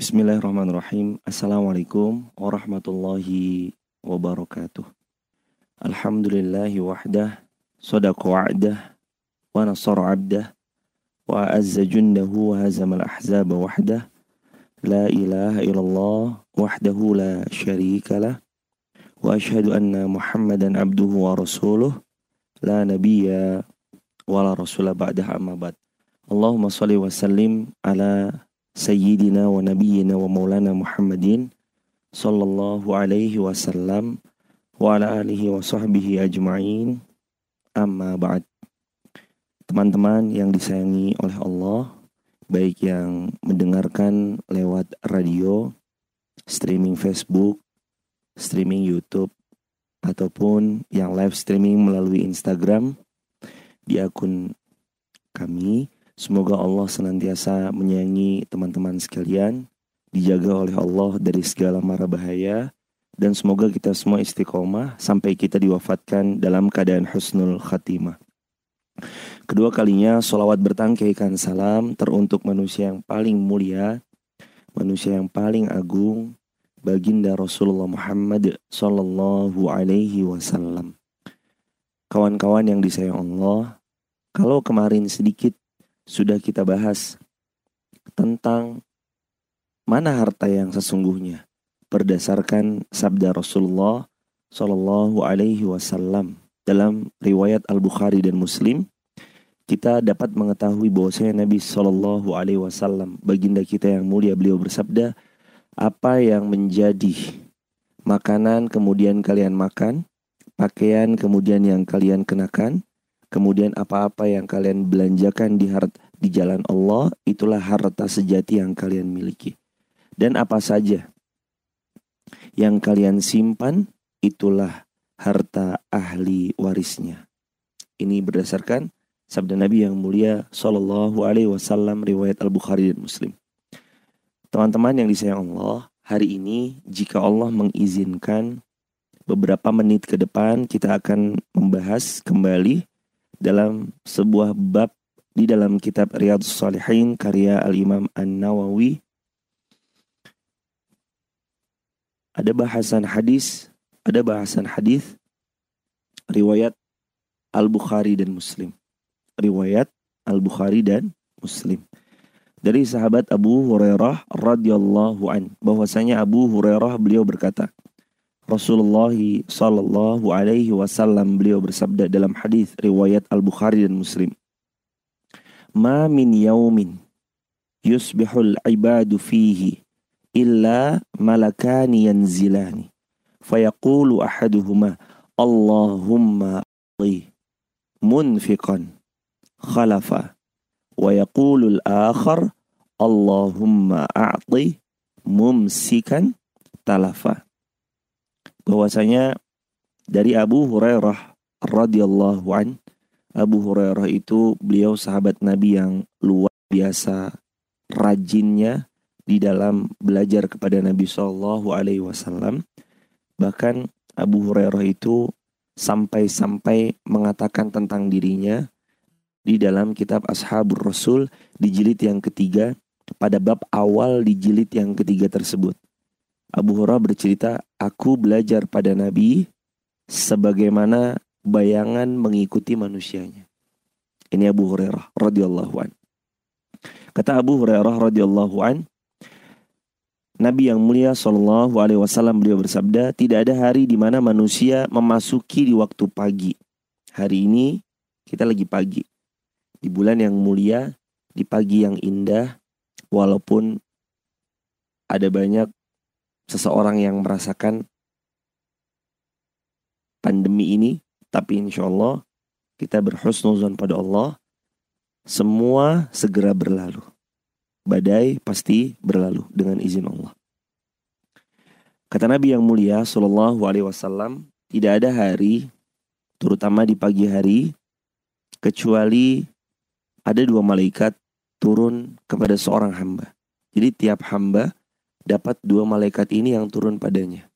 Bismillahirrahmanirrahim. Assalamualaikum warahmatullahi wabarakatuh. Alhamdulillahi wahdah, sadaqa wa'dah, wa nasara abdah, wa azza jundahu wa hazamal ahzaba wahdah. La ilaha illallah wahdahu la syarika lah. Wa ashhadu anna Muhammadan abduhu wa rasuluh. La nabiyya wa la rasulah ba'dah amma ba'd. Allahumma salli wa sallim ala Sayyidina wa Nabiyyina wa Maulana Muhammadin sallallahu alaihi wasallam wa ala alihi wa sahbihi ajma'in, amma ba'd. Teman-teman yang disayangi oleh Allah, baik yang mendengarkan lewat radio, streaming Facebook, streaming YouTube, ataupun yang live streaming melalui Instagram di akun kami, semoga Allah senantiasa menyayangi teman-teman sekalian, dijaga oleh Allah dari segala mara bahaya, dan semoga kita semua istiqomah sampai kita diwafatkan dalam keadaan husnul khatimah. Kedua kalinya sholawat bertangkaikan salam teruntuk manusia yang paling mulia, manusia yang paling agung, baginda Rasulullah Muhammad sallallahu alaihi wasallam. Kawan-kawan yang disayang Allah, kalau kemarin sedikit sudah kita bahas tentang mana harta yang sesungguhnya berdasarkan sabda Rasulullah Shallallahu Alaihi Wasallam dalam riwayat Al-Bukhari dan Muslim, kita dapat mengetahui bahwasanya Nabi Shallallahu Alaihi Wasallam, baginda kita yang mulia, beliau bersabda, apa yang menjadi makanan kemudian kalian makan, pakaian kemudian yang kalian kenakan, kemudian apa-apa yang kalian belanjakan di jalan Allah, itulah harta sejati yang kalian miliki. Dan apa saja yang kalian simpan, itulah harta ahli warisnya. Ini berdasarkan sabda Nabi yang mulia Sallallahu Alaihi Wasallam, riwayat Al-Bukhari dan Muslim. Teman-teman yang disayang Allah, hari ini jika Allah mengizinkan, beberapa menit ke depan kita akan membahas kembali dalam sebuah bab di dalam kitab Riyadhus Shalihin karya Al-Imam An-Nawawi. Ada bahasan hadis riwayat Al-Bukhari dan Muslim. Riwayat Al-Bukhari dan Muslim. Dari sahabat Abu Hurairah radhiyallahu an, bahwasanya Abu Hurairah beliau berkata, Rasulullah sallallahu alaihi wasallam beliau bersabda dalam hadis riwayat Al-Bukhari dan Muslim, ma min yaumin yusbihul ibadu fihi illa malakani yanzilani fayaqulu ahaduhuma Allahumma a'ti munfiqan khalafa wa yaqulu al-akhar Allahumma a'ti mumsikan talafa. Bahwasanya dari Abu Hurairah radhiyallahu an, Abu Hurairah itu beliau sahabat Nabi yang luar biasa rajinnya di dalam belajar kepada Nabi Shallallahu Alaihi Wasallam. Bahkan Abu Hurairah itu sampai mengatakan tentang dirinya di dalam kitab Ashabur Rasul di jilid yang ketiga, pada bab awal di jilid yang ketiga tersebut. Abu Hurairah bercerita, aku belajar pada Nabi sebagaimana bayangan mengikuti manusianya. Ini Abu Hurairah radhiyallahu an. Kata Abu Hurairah radhiyallahu an, Nabi yang mulia sallallahu alaihi wasallam beliau bersabda, tidak ada hari di mana manusia memasuki di waktu pagi. Hari ini kita lagi pagi. Di bulan yang mulia, di pagi yang indah, walaupun ada banyak seseorang yang merasakan pandemi ini, tapi insya Allah kita berhusnuzan pada Allah, semua segera berlalu. Badai pasti berlalu dengan izin Allah. Kata Nabi yang mulia Sallallahu Alaihi Wasallam, tidak ada hari, terutama di pagi hari, kecuali ada dua malaikat turun kepada seorang hamba. Jadi tiap hamba dapat dua malaikat ini yang turun padanya.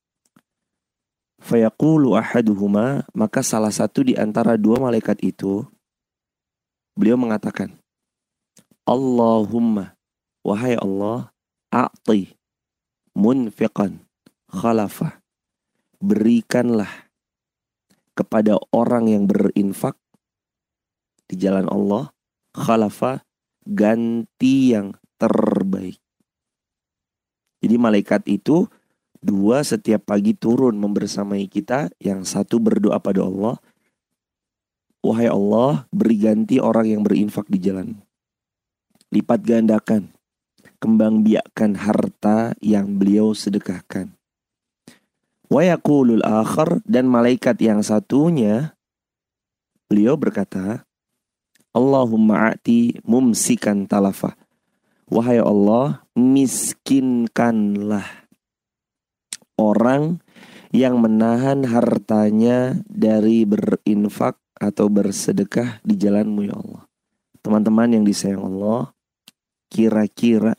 Fayaqulu ahaduhuma, maka salah satu di antara dua malaikat itu, beliau mengatakan, Allahumma, wahai Allah, a'ti munfiqan khalafa. Berikanlah kepada orang yang berinfak di jalan Allah, khalafa, ganti yang terbaik. Jadi malaikat itu 2 setiap pagi turun membersamai kita. Yang satu berdoa pada Allah, wahai Allah, beri ganti orang yang berinfak di jalan. Lipat gandakan, kembang biakkan harta yang beliau sedekahkan. Wa yaqulul akhar, dan malaikat yang satunya, beliau berkata, Allahumma a'ti mumsikan talafa. Wahai Allah, miskinkanlah orang yang menahan hartanya dari berinfak atau bersedekah di jalan-Mu ya Allah. Teman-teman yang disayang Allah, kira-kira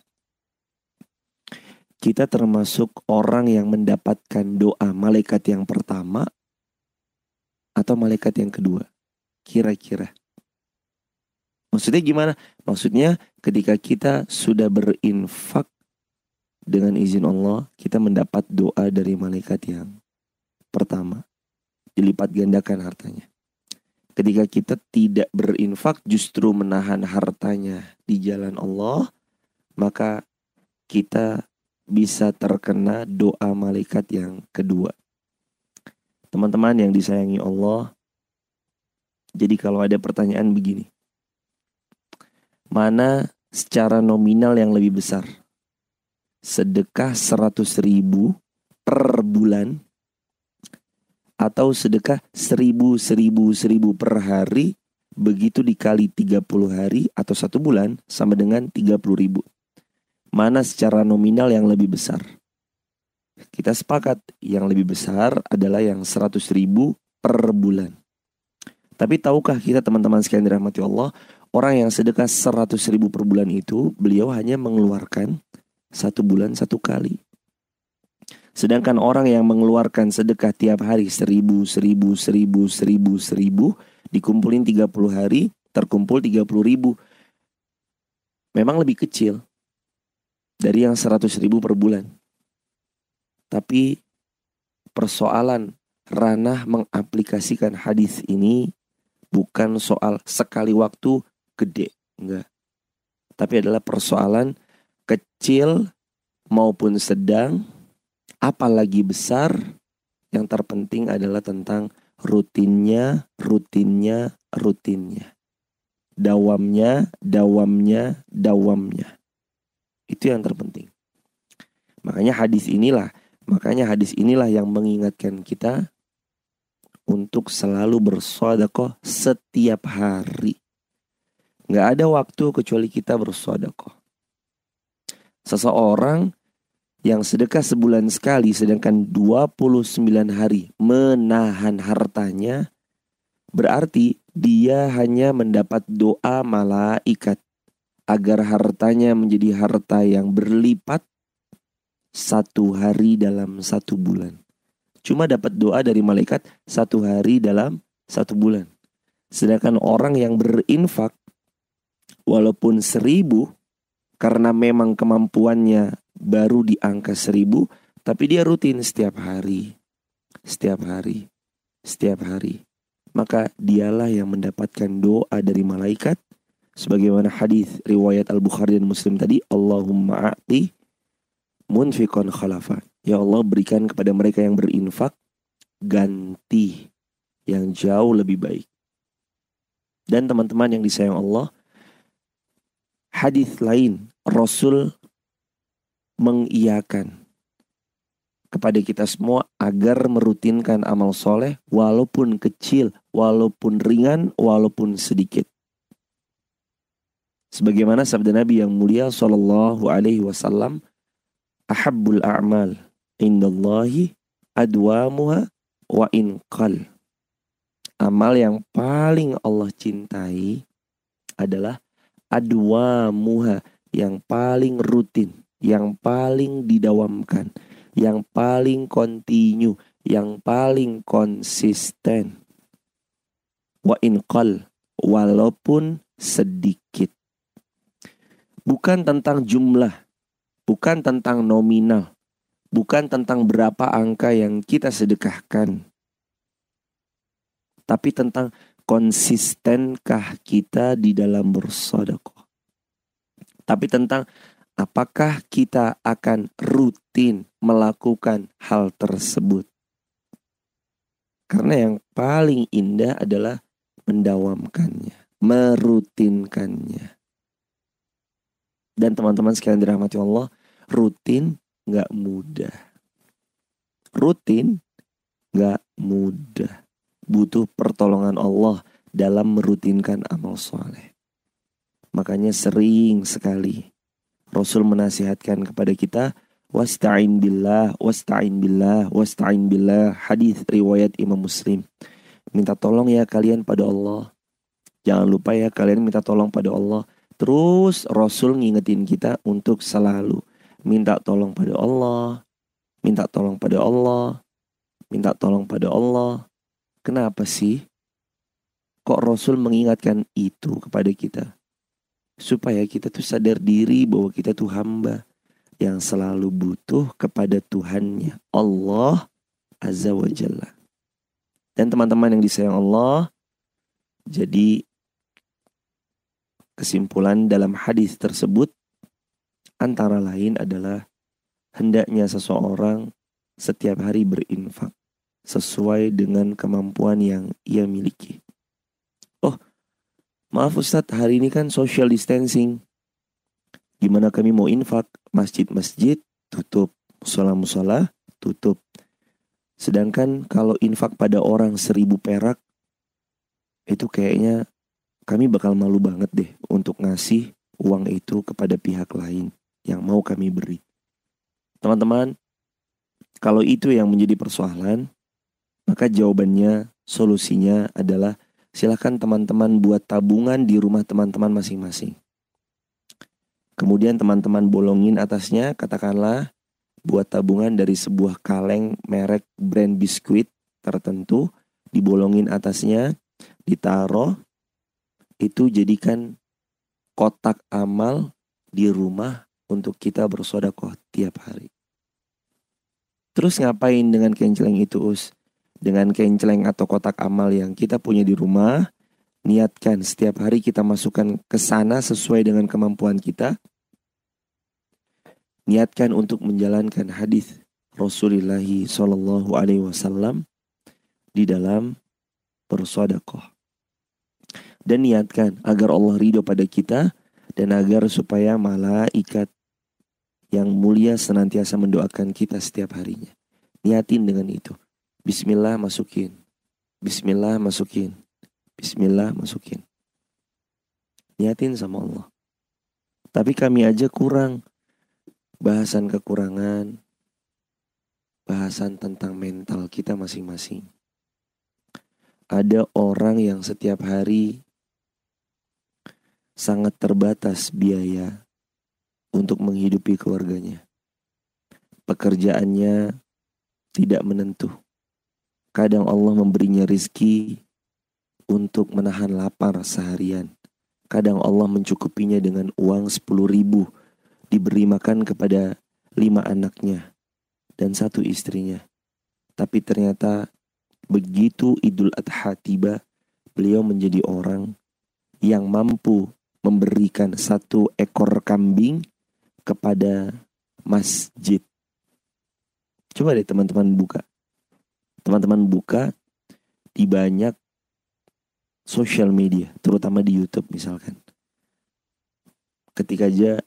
kita termasuk orang yang mendapatkan doa malaikat yang pertama atau malaikat yang kedua? Kira-kira. Maksudnya gimana? Maksudnya ketika kita sudah berinfak dengan izin Allah, kita mendapat doa dari malaikat yang pertama. Dilipat gandakan hartanya. Ketika kita tidak berinfak, justru menahan hartanya di jalan Allah, maka kita bisa terkena doa malaikat yang kedua. Teman-teman yang disayangi Allah, jadi kalau ada pertanyaan begini, mana secara nominal yang lebih besar? Sedekah 100.000 per bulan atau sedekah 1.000 per hari, begitu dikali 30 hari atau 1 bulan sama dengan 30.000. Mana secara nominal yang lebih besar? Kita sepakat yang lebih besar adalah yang 100.000 per bulan. Tapi tahukah kita teman-teman sekalian dirahmati Allah, orang yang sedekah 100.000 per bulan itu, beliau hanya mengeluarkan 1 bulan 1 kali. Sedangkan orang yang mengeluarkan sedekah tiap hari 1.000, dikumpulin 30 hari, terkumpul 30.000. Memang lebih kecil dari yang 100.000 per bulan. Tapi persoalan ranah mengaplikasikan hadis ini bukan soal sekali waktu gede, enggak. Tapi adalah persoalan kecil maupun sedang, apalagi besar. Yang terpenting adalah tentang rutinnya. Dawamnya. Itu yang terpenting. Makanya hadis inilah yang mengingatkan kita untuk selalu bersedekah setiap hari. Gak ada waktu kecuali kita bersedekah. Seseorang yang sedekah sebulan sekali sedangkan 29 hari menahan hartanya, berarti dia hanya mendapat doa malaikat agar hartanya menjadi harta yang berlipat 1 hari dalam 1 bulan. Cuma dapat doa dari malaikat 1 hari dalam 1 bulan. Sedangkan orang yang berinfak walaupun 1.000, karena memang kemampuannya baru di angka 1.000, tapi dia rutin setiap hari. Maka dialah yang mendapatkan doa dari malaikat. Sebagaimana hadis riwayat Al-Bukhari dan Muslim tadi, Allahumma a'ti munfiqan khalafa. Ya Allah, berikan kepada mereka yang berinfak ganti yang jauh lebih baik. Dan teman-teman yang disayang Allah, hadis lain Rasul mengiyakan kepada kita semua agar merutinkan amal soleh walaupun kecil, walaupun ringan, walaupun sedikit. Sebagaimana sabda Nabi yang mulia sallallahu alaihi wasallam, ahabbul a'mal indallahi adwamuha wa inqal. Amal yang paling Allah cintai adalah adwamuha, yang paling rutin, yang paling didawamkan, yang paling kontinu, yang paling konsisten. Wa inqal, walaupun sedikit. Bukan tentang jumlah, bukan tentang nominal, bukan tentang berapa angka yang kita sedekahkan, tapi tentang konsistenkah kita di dalam bersedekah. Tapi tentang apakah kita akan rutin melakukan hal tersebut. Karena yang paling indah adalah mendawamkannya, merutinkannya. Dan teman-teman sekalian dirahmati Allah, rutin gak mudah. Rutin gak mudah. Butuh pertolongan Allah dalam merutinkan amal soleh. Makanya sering sekali Rasul menasihatkan kepada kita, wasta'in billah, wasta'in billah, wasta'in billah. Hadis riwayat Imam Muslim. Minta tolong ya kalian pada Allah. Jangan lupa ya kalian minta tolong pada Allah. Terus Rasul ngingetin kita untuk selalu minta tolong pada Allah, minta tolong pada Allah, minta tolong pada Allah. Kenapa sih? Kok Rasul mengingatkan itu kepada kita? Supaya kita tuh sadar diri bahwa kita tuh hamba yang selalu butuh kepada Tuhannya, Allah Azza wa Jalla. Dan teman-teman yang disayang Allah, jadi kesimpulan dalam hadis tersebut antara lain adalah hendaknya seseorang setiap hari berinfak sesuai dengan kemampuan yang ia miliki. Oh, maaf Ustadz, hari ini kan social distancing. Gimana kami mau infak? Masjid-masjid tutup, musola-musola tutup. Sedangkan kalau infak pada orang 1.000 perak, itu kayaknya kami bakal malu banget deh untuk ngasih uang itu kepada pihak lain yang mau kami beri. Teman-teman, kalau itu yang menjadi persoalan, maka jawabannya, solusinya adalah silakan teman-teman buat tabungan di rumah teman-teman masing-masing. Kemudian teman-teman bolongin atasnya, katakanlah buat tabungan dari sebuah kaleng merek brand biskuit tertentu, dibolongin atasnya, ditaruh, itu jadikan kotak amal di rumah untuk kita bersedekah tiap hari. Terus ngapain dengan kenceleng itu, Us? Dengan kenceleng atau kotak amal yang kita punya di rumah, niatkan setiap hari kita masukkan ke sana sesuai dengan kemampuan kita. Niatkan untuk menjalankan hadis Rasulullah SAW di dalam bersedekah. Dan niatkan agar Allah ridho pada kita dan agar supaya malaikat yang mulia senantiasa mendoakan kita setiap harinya. Niatin dengan itu. Bismillah masukin. Bismillah masukin. Bismillah masukin. Niatin sama Allah. Tapi kami aja kurang. Bahasan kekurangan. Bahasan tentang mental kita masing-masing. Ada orang yang setiap hari sangat terbatas biaya untuk menghidupi keluarganya. Pekerjaannya tidak menentu. Kadang Allah memberinya rizki untuk menahan lapar seharian. Kadang Allah mencukupinya dengan uang 10.000 diberi makan kepada 5 anaknya dan 1 istrinya. Tapi ternyata begitu Idul Adha tiba, beliau menjadi orang yang mampu memberikan 1 ekor kambing kepada masjid. Coba deh teman-teman buka. Teman-teman buka di banyak sosial media, terutama di YouTube misalkan. Ketika aja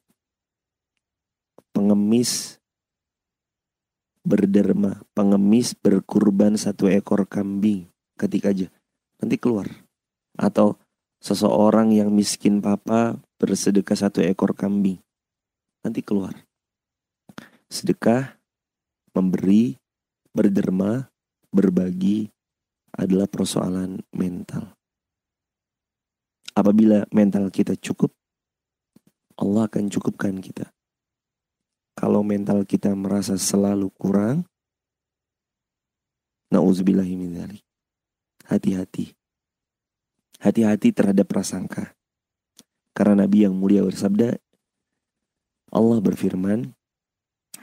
pengemis berderma, pengemis berkurban 1 ekor kambing, ketika aja nanti keluar. Atau seseorang yang miskin papa bersedekah 1 ekor kambing, nanti keluar. Sedekah, memberi, berderma, berbagi adalah persoalan mental. Apabila mental kita cukup, Allah akan cukupkan kita. Kalau mental kita merasa selalu kurang, na'udzubillahi min dzalik. Hati-hati. Hati-hati terhadap prasangka. Karena Nabi yang mulia bersabda, Allah berfirman,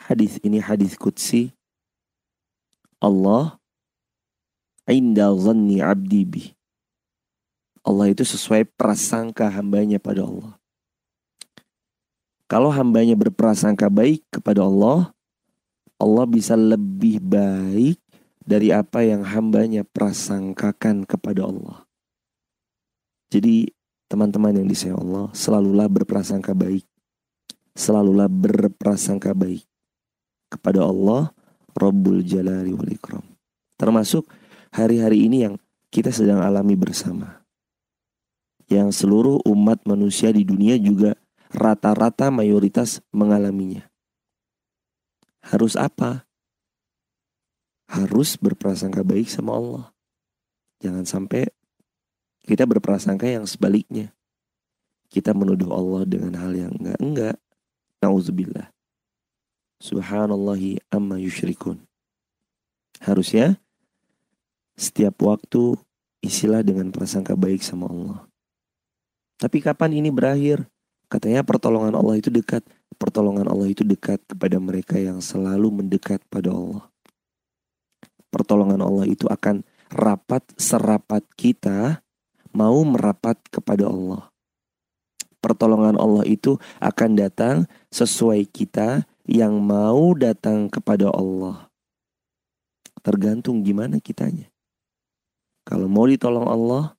Hadis ini hadis qudsi. Allah inda dhanni abdi bi. Allah itu sesuai prasangka hambanya pada Allah. Kalau hambanya berprasangka baik kepada Allah, Allah bisa lebih baik dari apa yang hambanya prasangkakan kepada Allah. Jadi teman-teman yang disayang Allah, selalulah berprasangka baik. Selalulah berprasangka baik kepada Allah, Rabbul Jalali wal Ikram. Termasuk hari-hari ini yang kita sedang alami bersama. Yang seluruh umat manusia di dunia juga rata-rata mayoritas mengalaminya. Harus apa? Harus berprasangka baik sama Allah. Jangan sampai kita berprasangka yang sebaliknya. Kita menuduh Allah dengan hal yang enggak. Nauzubillah. Subhanallahi amma yusyrikun. Harusnya setiap waktu isilah dengan prasangka baik sama Allah. Tapi kapan ini berakhir? Katanya pertolongan Allah itu dekat. Pertolongan Allah itu dekat kepada mereka yang selalu mendekat pada Allah. Pertolongan Allah itu akan rapat serapat kita mau merapat kepada Allah. Pertolongan Allah itu akan datang sesuai kita yang mau datang kepada Allah. Tergantung gimana kitanya. Kalau mau ditolong Allah,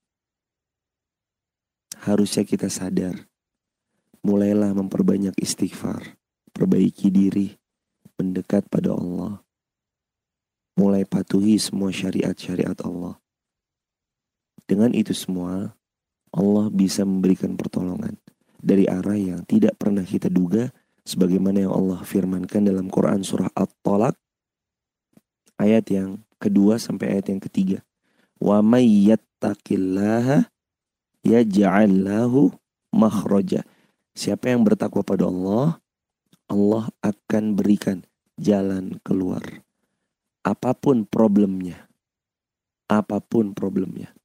harusnya kita sadar. Mulailah memperbanyak istighfar, perbaiki diri, mendekat pada Allah. Mulai patuhi semua syariat-syariat Allah. Dengan itu semua, Allah bisa memberikan pertolongan dari arah yang tidak pernah kita duga, sebagaimana yang Allah firmankan dalam Quran surah At-Talaq ayat yang kedua sampai ayat yang ketiga. Wa may yattaqillaha yaj'al lahu makhraja. Siapa yang bertakwa pada Allah, Allah akan berikan jalan keluar. Apapun problemnya. Apapun problemnya.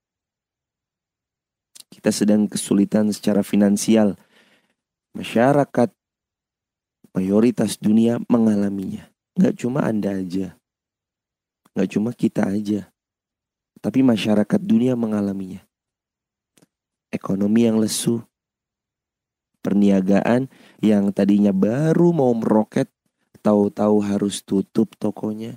Kita sedang kesulitan secara finansial. Masyarakat mayoritas dunia mengalaminya. Gak cuma Anda aja. Gak cuma kita aja. Tapi masyarakat dunia mengalaminya. Ekonomi yang lesu. Perniagaan yang tadinya baru mau meroket. Tahu-tahu harus tutup tokonya.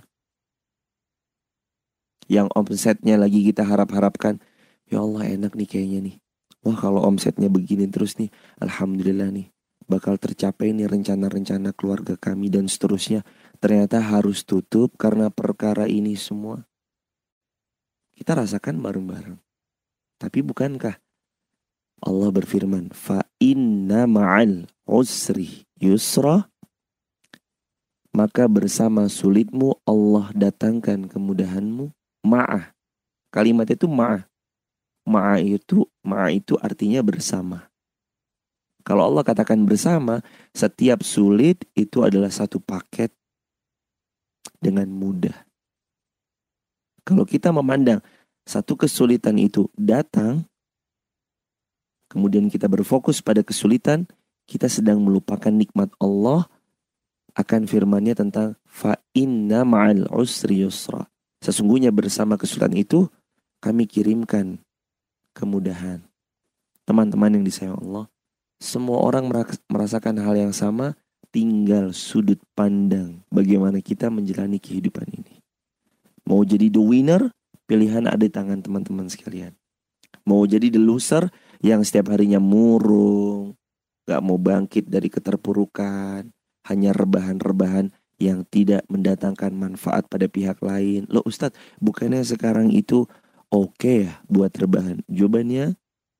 Yang omsetnya lagi kita harap-harapkan. Ya Allah enak nih kayaknya nih. Wah kalau omsetnya begini terus nih. Alhamdulillah nih. Bakal tercapai nih rencana-rencana keluarga kami dan seterusnya. Ternyata harus tutup karena perkara ini semua. Kita rasakan bareng-bareng. Tapi bukankah Allah berfirman, fa inna ma'al usri yusra, maka bersama sulitmu Allah datangkan kemudahanmu. Ma'ah. Kalimat itu ma'ah. Ma'ah itu artinya bersama. Kalau Allah katakan bersama, setiap sulit itu adalah satu paket dengan mudah. Kalau kita memandang satu kesulitan itu datang, kemudian kita berfokus pada kesulitan, kita sedang melupakan nikmat Allah akan firman-Nya tentang fa inna ma'al usri yusra. Sesungguhnya bersama kesulitan itu kami kirimkan kemudahan. Teman-teman yang disayang Allah, semua orang merasakan hal yang sama, tinggal sudut pandang bagaimana kita menjalani kehidupan ini. Mau jadi the winner, pilihan ada di tangan teman-teman sekalian. Mau jadi the loser yang setiap harinya murung, gak mau bangkit dari keterpurukan, hanya rebahan-rebahan yang tidak mendatangkan manfaat pada pihak lain. Loh Ustadz, bukannya sekarang itu oke ya buat rebahan? Jawabannya,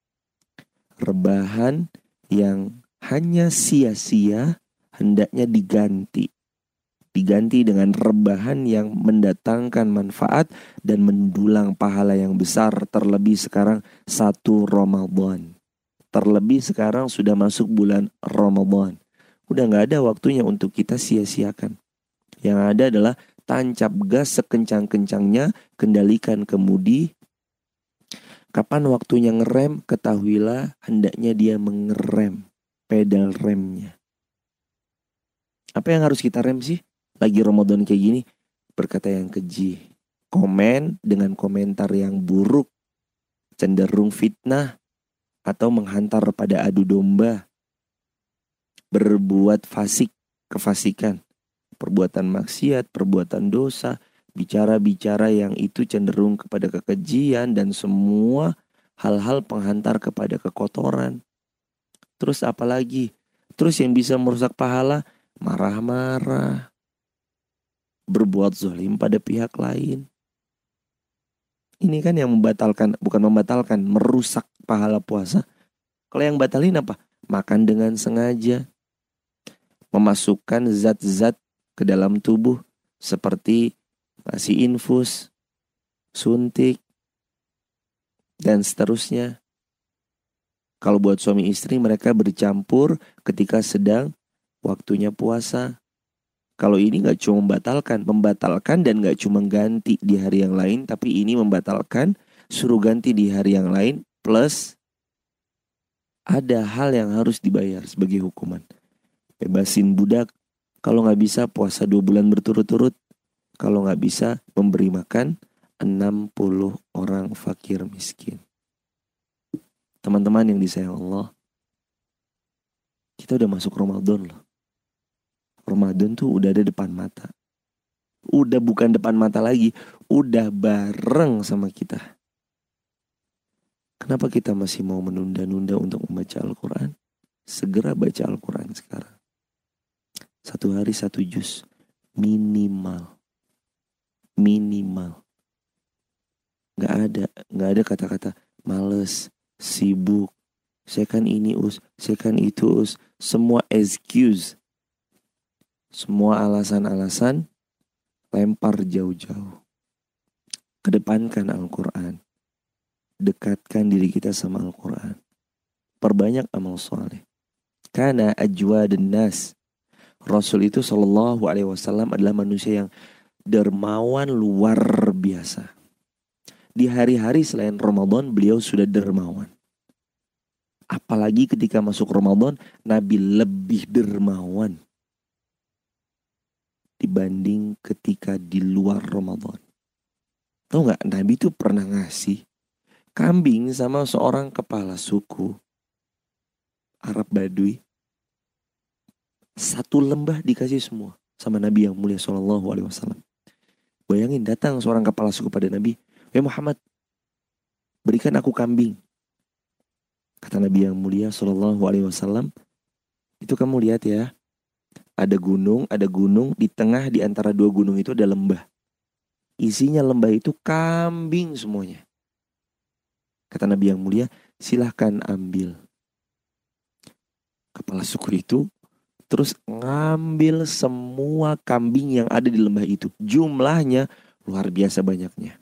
rebahan yang hanya sia-sia hendaknya diganti. Diganti dengan rebahan yang mendatangkan manfaat dan mendulang pahala yang besar. Terlebih sekarang 1 Ramadan. Terlebih sekarang sudah masuk bulan Ramadan. Udah gak ada waktunya untuk kita sia-siakan. Yang ada adalah tancap gas sekencang-kencangnya, kendalikan kemudi. Kapan waktunya ngerem, ketahuilah hendaknya dia mengerem pedal remnya. Apa yang harus kita rem sih? lagi Ramadan kayak gini berkata yang keji, komen dengan komentar yang buruk, cenderung fitnah atau menghantar pada adu domba, berbuat fasik, kefasikan, perbuatan maksiat, perbuatan dosa, bicara-bicara yang itu cenderung kepada kekejian dan semua hal-hal penghantar kepada kekotoran. Terus apalagi? Terus yang bisa merusak pahala, marah-marah, berbuat zalim pada pihak lain. Ini kan yang membatalkan, bukan membatalkan, merusak pahala puasa. Kalau yang batalin apa? Makan dengan sengaja, memasukkan zat-zat ke dalam tubuh seperti ngasih infus, suntik, dan seterusnya. Kalau buat suami istri mereka bercampur ketika sedang waktunya puasa. Kalau ini gak cuma membatalkan dan gak cuma ganti di hari yang lain, tapi ini membatalkan, suruh ganti di hari yang lain, plus ada hal yang harus dibayar sebagai hukuman. Bebasin budak, kalau gak bisa puasa 2 bulan berturut-turut, kalau gak bisa memberi makan 60 orang fakir miskin. Teman-teman yang disayang Allah, kita udah masuk Ramadan loh. Ramadan tuh udah ada depan mata. Udah bukan depan mata lagi, udah bareng sama kita. Kenapa kita masih mau menunda-nunda untuk membaca Al-Quran? Segera baca Al-Quran sekarang. 1 hari 1 juz. Minimal. Gak ada kata-kata males, sibuk, saya kan ini saya kan itu semua excuse, semua alasan-alasan lempar jauh-jauh. Kedepankan Al-Quran, dekatkan diri kita sama Al-Quran, perbanyak amal soleh. Karena ajwadun nas, Rasul itu Shallallahu Alaihi Wasallam adalah manusia yang dermawan luar biasa. Di hari-hari selain Ramadan beliau sudah dermawan. Apalagi ketika masuk Ramadan, Nabi lebih dermawan dibanding ketika di luar Ramadan. Tahu gak, Nabi itu pernah ngasih kambing sama seorang kepala suku Arab Badui. 1 lembah dikasih semua sama Nabi yang mulia Sallallahu Alaihi Wasallam. Bayangin, datang seorang kepala suku pada Nabi, Muhammad, berikan aku kambing. Kata Nabi yang mulia Sallallahu Alaihi Wasallam, itu kamu lihat ya, ada gunung, di tengah di antara 2 gunung itu ada lembah. Isinya lembah itu kambing semuanya. Kata Nabi yang mulia, silahkan ambil. Kepala suku itu terus ngambil semua kambing yang ada di lembah itu. Jumlahnya luar biasa banyaknya.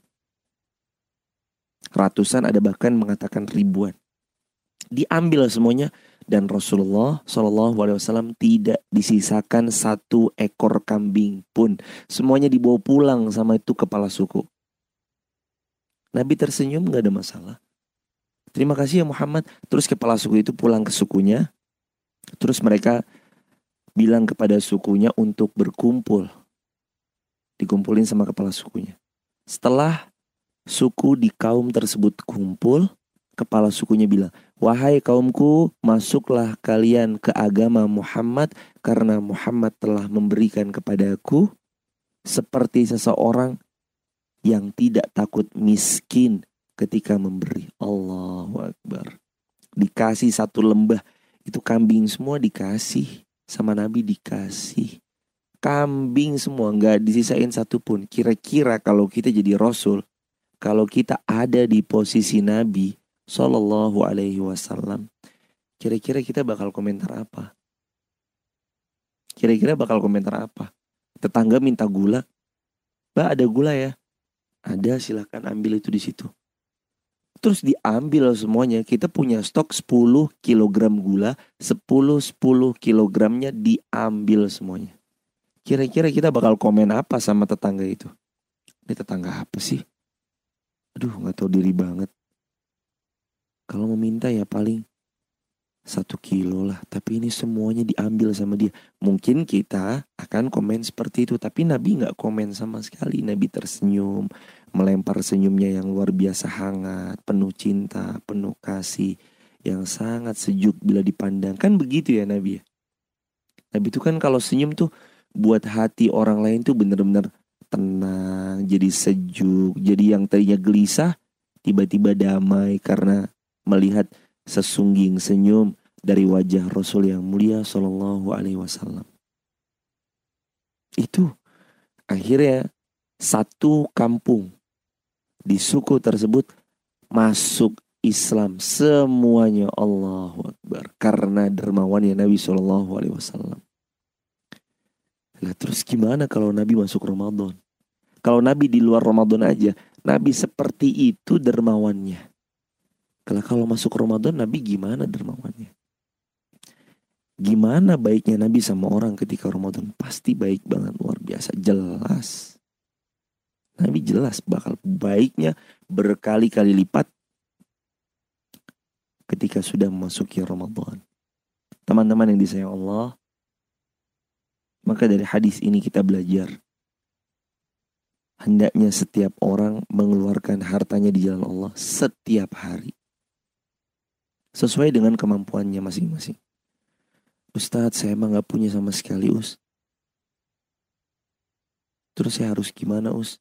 Ratusan, ada bahkan mengatakan ribuan. Diambil semuanya dan Rasulullah Shallallahu Alaihi Wasallam tidak disisakan 1 ekor kambing pun. Semuanya dibawa pulang sama itu kepala suku. Nabi tersenyum, gak ada masalah. Terima kasih ya Muhammad. Terus kepala suku itu pulang ke sukunya. Terus mereka bilang kepada sukunya untuk berkumpul. Dikumpulin sama kepala sukunya. Setelah suku di kaum tersebut kumpul, kepala sukunya bilang, wahai kaumku, masuklah kalian ke agama Muhammad karena Muhammad telah memberikan kepadaku seperti seseorang yang tidak takut miskin ketika memberi. Allahu Akbar. Dikasih 1 lembah, itu kambing semua dikasih sama Nabi, dikasih kambing semua, gak disisain 1 pun. Kira-kira kalau kita jadi Rasul, kalau kita ada di posisi Nabi Sallallahu Alaihi Wasallam, kira-kira kita bakal komentar apa? Tetangga minta gula, Mbak ada gula ya? Ada, silahkan ambil itu di situ. Terus diambil semuanya. Kita punya stok 10 kilogram gula, 10 kilogramnya diambil semuanya. Kira-kira kita bakal komen apa sama tetangga itu? Ini tetangga apa sih? Aduh, gak tahu diri banget. Kalau meminta ya paling 1 kilo lah, tapi ini semuanya diambil sama dia. Mungkin kita akan komen seperti itu, tapi Nabi gak komen sama sekali. Nabi tersenyum, melempar senyumnya yang luar biasa hangat, penuh cinta, penuh kasih, yang sangat sejuk bila dipandang. Kan begitu ya Nabi ya. Nabi itu kan kalau senyum tuh buat hati orang lain tuh bener-bener tenang, jadi sejuk. Jadi yang tadinya gelisah tiba-tiba damai karena melihat sesungging senyum dari wajah Rasul yang mulia Sallallahu Alaihi Wasallam. Itu akhirnya satu kampung di suku tersebut masuk Islam semuanya. Allahu Akbar, karena dermawannya Nabi Sallallahu Alaihi Wasallam. Lah terus gimana kalau Nabi masuk Ramadan? Kalau Nabi di luar Ramadan aja Nabi seperti itu dermawannya. Kalau masuk Ramadan Nabi gimana dermawannya? Gimana baiknya Nabi sama orang ketika Ramadan? Pasti baik banget, luar biasa, jelas. Nabi jelas bakal baiknya berkali-kali lipat ketika sudah memasuki Ramadan. Teman-teman yang disayang Allah, maka dari hadis ini kita belajar hendaknya setiap orang mengeluarkan hartanya di jalan Allah setiap hari, sesuai dengan kemampuannya masing-masing. Ustadz, saya emang gak punya sama sekali, Us. Terus saya harus gimana, Us?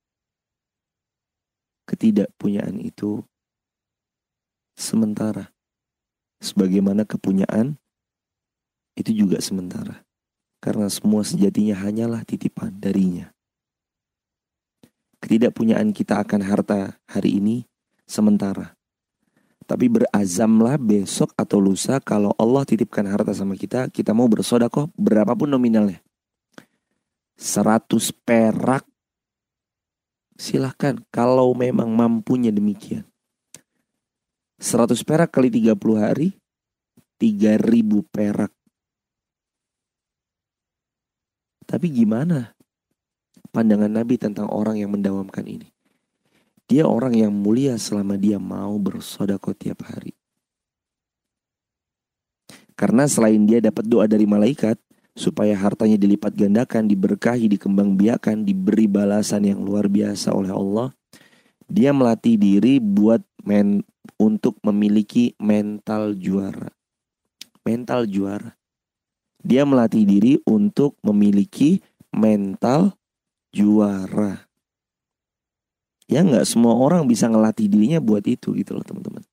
Ketidakpunyaan itu sementara, sebagaimana kepunyaan itu juga sementara. Karena semua sejatinya hanyalah titipan darinya. Ketidakpunyaan kita akan harta hari ini sementara. Tapi berazamlah besok atau lusa kalau Allah titipkan harta sama kita, kita mau bersedekah berapapun nominalnya. 100 perak silahkan kalau memang mampunya demikian. 100 perak kali 30 hari 3.000 perak. Tapi gimana pandangan Nabi tentang orang yang mendawamkan ini? Dia orang yang mulia selama dia mau bersedekah tiap hari. Karena selain dia dapat doa dari malaikat supaya hartanya dilipat gandakan, diberkahi, dikembangbiakan, diberi balasan yang luar biasa oleh Allah, dia melatih diri untuk memiliki mental juara. Mental juara. Dia melatih diri untuk memiliki mental juara. Ya gak semua orang bisa ngelatih dirinya buat itu gitu loh teman-teman.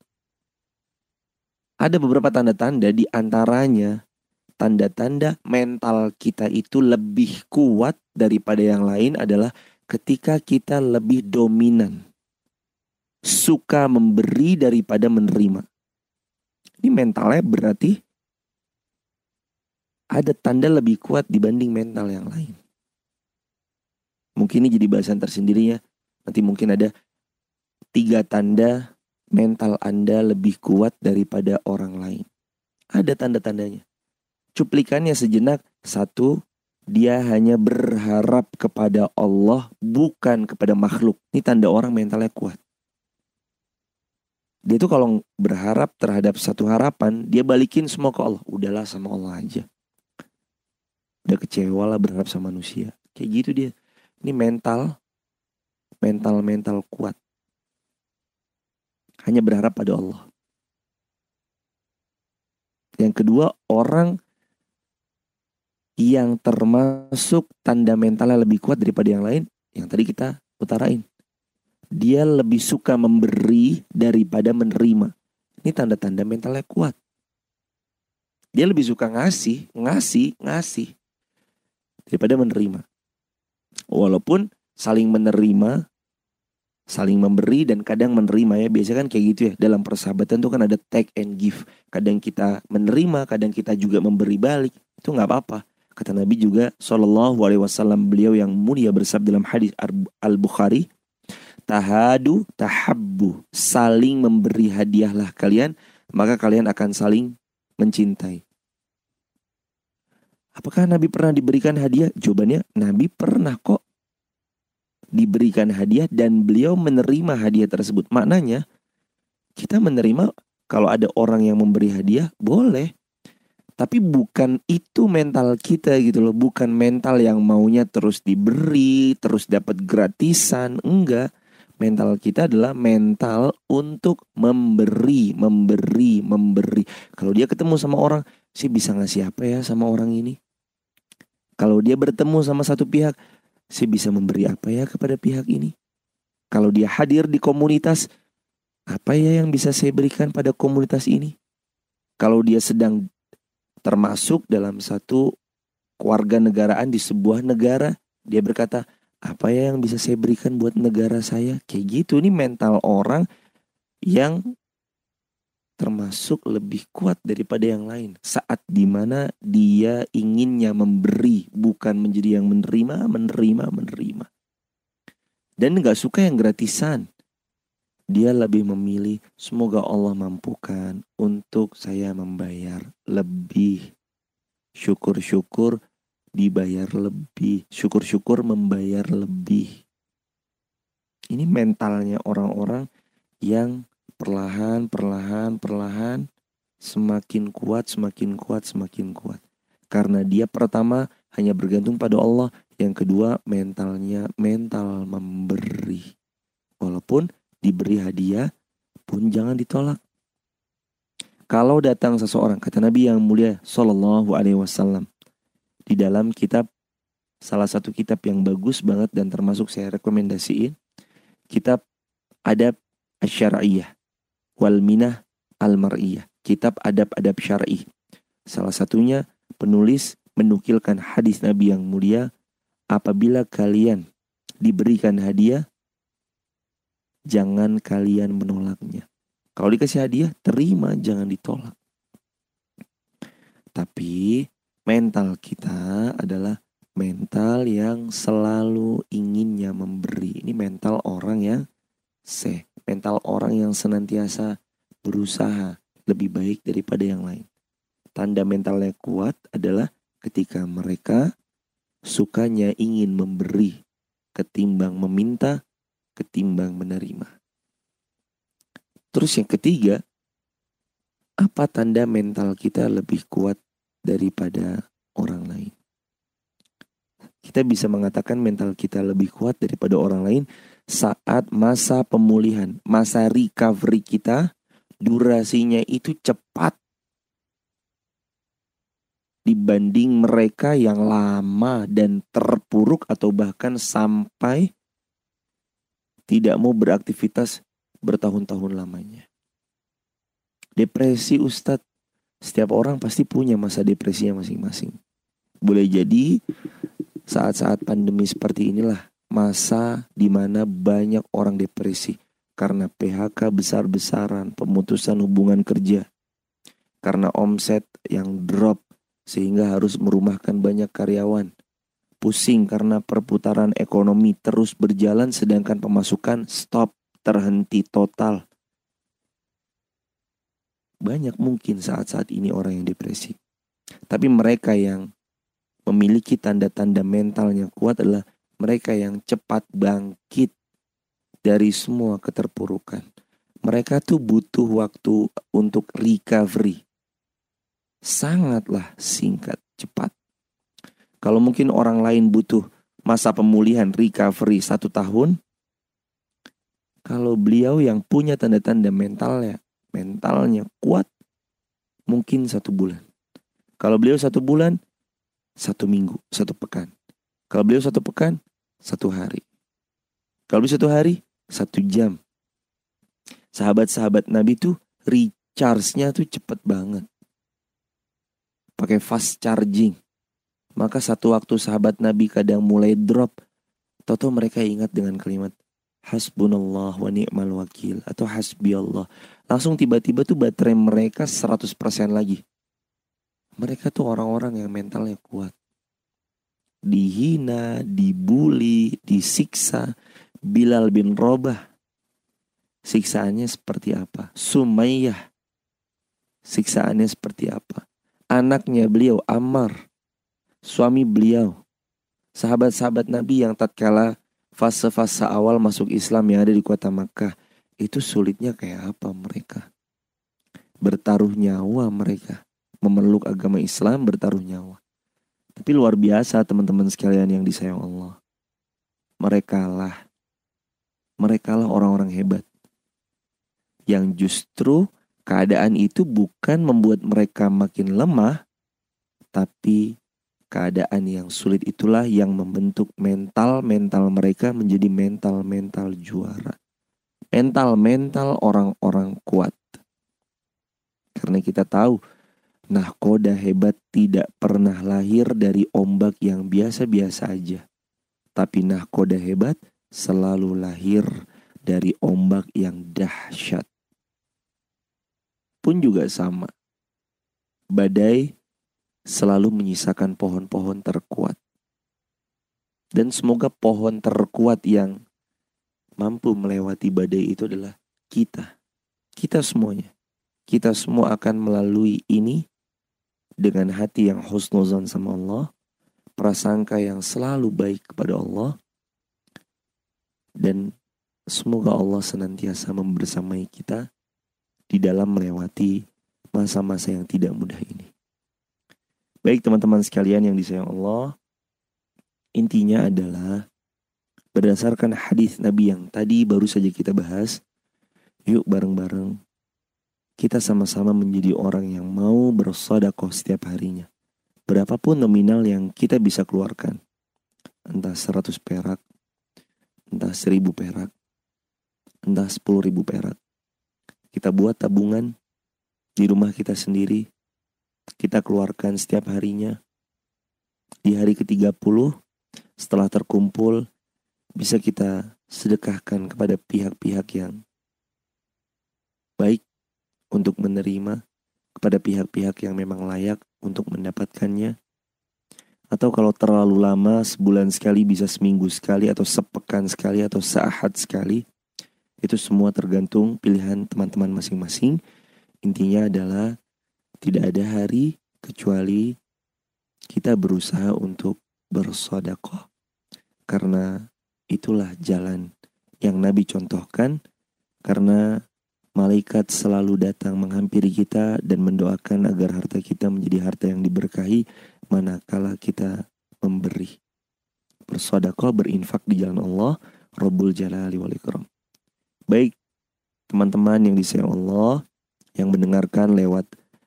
Ada beberapa tanda-tanda, di antaranya tanda-tanda mental kita itu lebih kuat daripada yang lain adalah ketika kita lebih dominan. Suka memberi daripada menerima. Ini mentalnya berarti ada tanda lebih kuat dibanding mental yang lain. Mungkin ini jadi bahasan tersendiri ya. Nanti mungkin ada 3 tanda mental Anda lebih kuat daripada orang lain. Ada tanda-tandanya. Cuplikannya sejenak. 1, dia hanya berharap kepada Allah, bukan kepada makhluk. Ini tanda orang mentalnya kuat. Dia tuh kalau berharap terhadap satu harapan, dia balikin semua ke Allah. Udahlah sama Allah aja. Udah kecewa lah berharap sama manusia. Kayak gitu dia. Ini mental kuat. Hanya berharap pada Allah. Yang kedua, orang yang termasuk tanda mentalnya lebih kuat daripada yang lain, yang tadi kita utarain. Dia lebih suka memberi daripada menerima. Ini tanda-tanda mentalnya kuat. Dia lebih suka ngasih daripada menerima. Walaupun saling menerima, saling memberi dan kadang menerima ya. Biasanya kan kayak gitu ya. Dalam persahabatan tuh kan ada take and give. Kadang kita menerima, kadang kita juga memberi balik. Itu gak apa-apa. Kata Nabi juga Sallallahu Alaihi Wasallam, beliau yang mulia bersabda dalam hadis Al-Bukhari, tahadu tahabbu, saling memberi hadiahlah kalian, maka kalian akan saling mencintai. Apakah Nabi pernah diberikan hadiah? Jawabannya, Nabi pernah kok diberikan hadiah dan beliau menerima hadiah tersebut. Maknanya, kita menerima Kalau ada orang yang memberi hadiah, boleh. Tapi bukan itu mental kita gitu loh. Bukan mental yang maunya terus diberi, terus dapat gratisan. Enggak. Mental kita adalah mental untuk memberi. Kalau dia ketemu sama orang, sih bisa ngasih apa ya sama orang ini? Kalau dia bertemu sama satu pihak, sih bisa memberi apa ya kepada pihak ini? Kalau dia hadir di komunitas, apa ya yang bisa saya berikan pada komunitas ini? Kalau dia sedang termasuk dalam satu kewarganegaraan di sebuah negara, dia berkata, apa ya yang bisa saya berikan buat negara saya? Kayak gitu, ini mental orang yang termasuk lebih kuat daripada yang lain. Saat dimana dia inginnya memberi, bukan menjadi yang menerima. Dan gak suka yang gratisan. Dia lebih memilih, semoga Allah mampukan untuk saya membayar lebih. Syukur-syukur dibayar lebih. Syukur-syukur membayar lebih. Ini mentalnya orang-orang yang perlahan semakin kuat. Karena dia pertama hanya bergantung pada Allah. Yang kedua mentalnya mental memberi. Walaupun diberi hadiah pun jangan ditolak. Kalau datang seseorang, kata Nabi yang mulia Sallallahu Alaihi Wasallam, di dalam kitab, salah satu kitab yang bagus banget dan termasuk saya rekomendasiin, kitab Adab Asy-Syar'iyyah wal Minah Al-Mar'iyah, kitab adab-adab syar'i. Salah satunya penulis menukilkan hadis Nabi yang mulia, apabila kalian diberikan hadiah, jangan kalian menolaknya. Kalau dikasih hadiah, terima, jangan ditolak. Tapi mental kita adalah mental yang selalu inginnya memberi. Ini mental orang yang mental orang yang senantiasa berusaha lebih baik daripada yang lain. Tanda mentalnya kuat adalah ketika mereka sukanya ingin memberi ketimbang meminta, ketimbang menerima. Terus yang ketiga, apa tanda mental kita lebih kuat daripada orang lain? Kita bisa mengatakan mental kita lebih kuat daripada orang lain saat masa pemulihan, masa recovery kita, durasinya itu cepat dibanding mereka yang lama dan terpuruk atau bahkan sampai tidak mau beraktivitas bertahun-tahun lamanya. Depresi, Ustadz, setiap orang pasti punya masa depresinya masing-masing. Boleh jadi saat-saat pandemi seperti inilah masa di mana banyak orang depresi karena PHK besar-besaran, pemutusan hubungan kerja, karena omset yang drop sehingga harus merumahkan banyak karyawan. Pusing karena perputaran ekonomi terus berjalan sedangkan pemasukan stop, terhenti total. Banyak mungkin saat-saat ini orang yang depresi. Tapi mereka yang memiliki tanda-tanda mentalnya kuat adalah mereka yang cepat bangkit dari semua keterpurukan. Mereka tuh butuh waktu untuk recovery. Sangatlah singkat, cepat. Kalau mungkin orang lain butuh masa pemulihan, recovery 1 tahun. Kalau beliau yang punya tanda-tanda mentalnya kuat, mungkin 1 bulan. Kalau beliau 1 bulan, 1 minggu, 1 pekan. Kalau beliau 1 pekan, 1 hari. Kalau beliau 1 hari, 1 jam. Sahabat-sahabat Nabi tuh recharge-nya tuh cepet banget. Pakai fast charging. Maka satu waktu sahabat Nabi kadang mulai drop, tahu-tahu mereka ingat dengan kalimat hasbunallah wa ni'mal wakil atau hasbiyallah. Langsung tiba-tiba tuh baterai mereka 100% lagi. Mereka tuh orang-orang yang mentalnya kuat. Dihina, dibully, disiksa. Bilal bin Rabah, siksaannya seperti apa? Sumayyah, siksaannya seperti apa? Anaknya beliau Ammar, suami beliau, sahabat-sahabat Nabi yang tatkala fase-fase awal masuk Islam yang ada di kota Makkah, itu sulitnya kayak apa mereka? bertaruh nyawa mereka. Memeluk agama Islam, bertaruh nyawa. Tapi luar biasa teman-teman sekalian yang disayang Allah. Mereka lah orang-orang hebat. Yang justru keadaan itu bukan membuat mereka makin lemah, tapi keadaan yang sulit itulah yang membentuk mental mereka menjadi mental juara. Mental orang-orang kuat. Karena kita tahu, nahkoda hebat tidak pernah lahir dari ombak yang biasa-biasa aja. Tapi nahkoda hebat selalu lahir dari ombak yang dahsyat. Pun juga sama. Badai selalu menyisakan pohon-pohon terkuat. Dan semoga pohon terkuat yang mampu melewati badai itu adalah kita. Kita semuanya. Kita semua akan melalui ini dengan hati yang husnuzan sama Allah, prasangka yang selalu baik kepada Allah, dan semoga Allah senantiasa membersamai kita di dalam melewati masa-masa yang tidak mudah ini. Baik teman-teman sekalian yang disayang Allah, intinya adalah berdasarkan hadis Nabi yang tadi baru saja kita bahas, yuk bareng-bareng kita sama-sama menjadi orang yang mau bersedekah setiap harinya. Berapapun nominal yang kita bisa keluarkan. Entah 100 perak, entah 1000 perak, entah 10.000 perak. Kita buat tabungan di rumah kita sendiri. Kita keluarkan setiap harinya. Di hari ke-30, setelah terkumpul, bisa kita sedekahkan kepada pihak-pihak yang baik untuk menerima, kepada pihak-pihak yang memang layak untuk mendapatkannya. Atau kalau terlalu lama, sebulan sekali, bisa seminggu sekali, atau sepekan sekali, atau seahad sekali. Itu semua tergantung pilihan teman-teman masing-masing. Intinya adalah tidak ada hari kecuali kita berusaha untuk bersedekah. Karena itulah jalan yang Nabi contohkan. Karena malaikat selalu datang menghampiri kita dan mendoakan agar harta kita menjadi harta yang diberkahi manakala kita memberi. Bersedekah, berinfak di jalan Allah, Rabbul Jalali wal Ikram. Baik, teman-teman yang disayang Allah, yang mendengarkan lewat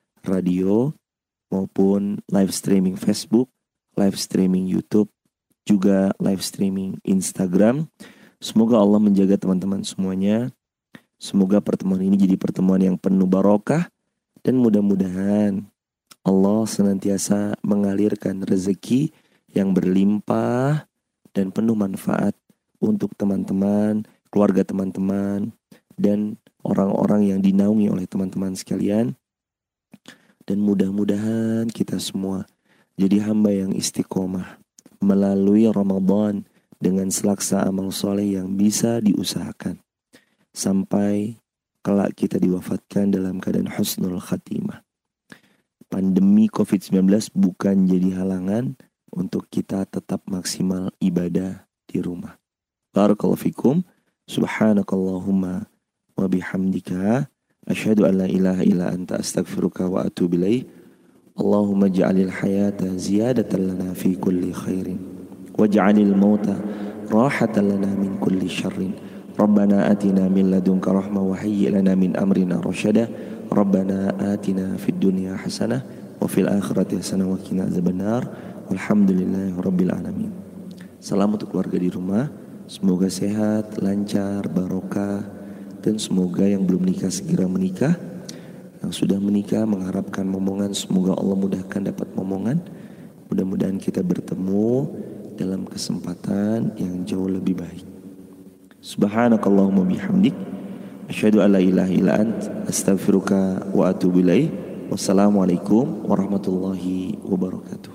radio maupun live streaming Facebook, live streaming YouTube, juga live streaming Instagram. Semoga Allah menjaga teman-teman semuanya. Semoga pertemuan ini jadi pertemuan yang penuh barokah. Dan mudah-mudahan Allah senantiasa mengalirkan rezeki yang berlimpah dan penuh manfaat untuk teman-teman, keluarga teman-teman, dan orang-orang yang dinaungi oleh teman-teman sekalian. Dan mudah-mudahan kita semua jadi hamba yang istiqomah melalui Ramadan dengan selaksa amal soleh yang bisa diusahakan. Sampai kelak kita diwafatkan dalam keadaan husnul khatimah. Pandemi COVID-19 bukan jadi halangan untuk kita tetap maksimal ibadah di rumah. Barakallahu fikum. Subhanakallahumma wa bihamdika. Asyhadu an la ilaha illa anta astaghfiruka wa atubu ilaih. Allahumma ja'alil hayata ziyadatan lana fi kulli khairin. Waj'alil mauta rahatan lana min kulli syarrin. Rabbana atina min ladunka rahmah wa hayyi' lana min amrina rasyada. Rabbana atina fid dunya hasanah wa fil akhirati hasanah wa qina adzabannar. Walhamdulillahi rabbil alamin. Salam untuk keluarga di rumah. Semoga sehat, lancar, barokah, dan semoga yang belum nikah segera menikah. Yang sudah menikah mengharapkan momongan, semoga Allah mudahkan dapat momongan. Mudah-mudahan kita bertemu dalam kesempatan yang jauh lebih baik. Subhanakallahumma bihamdik, asyhadu an la ilaha illa ant, astaghfiruka wa atubu ilaih. Wassalamualaikum warahmatullahi wabarakatuh.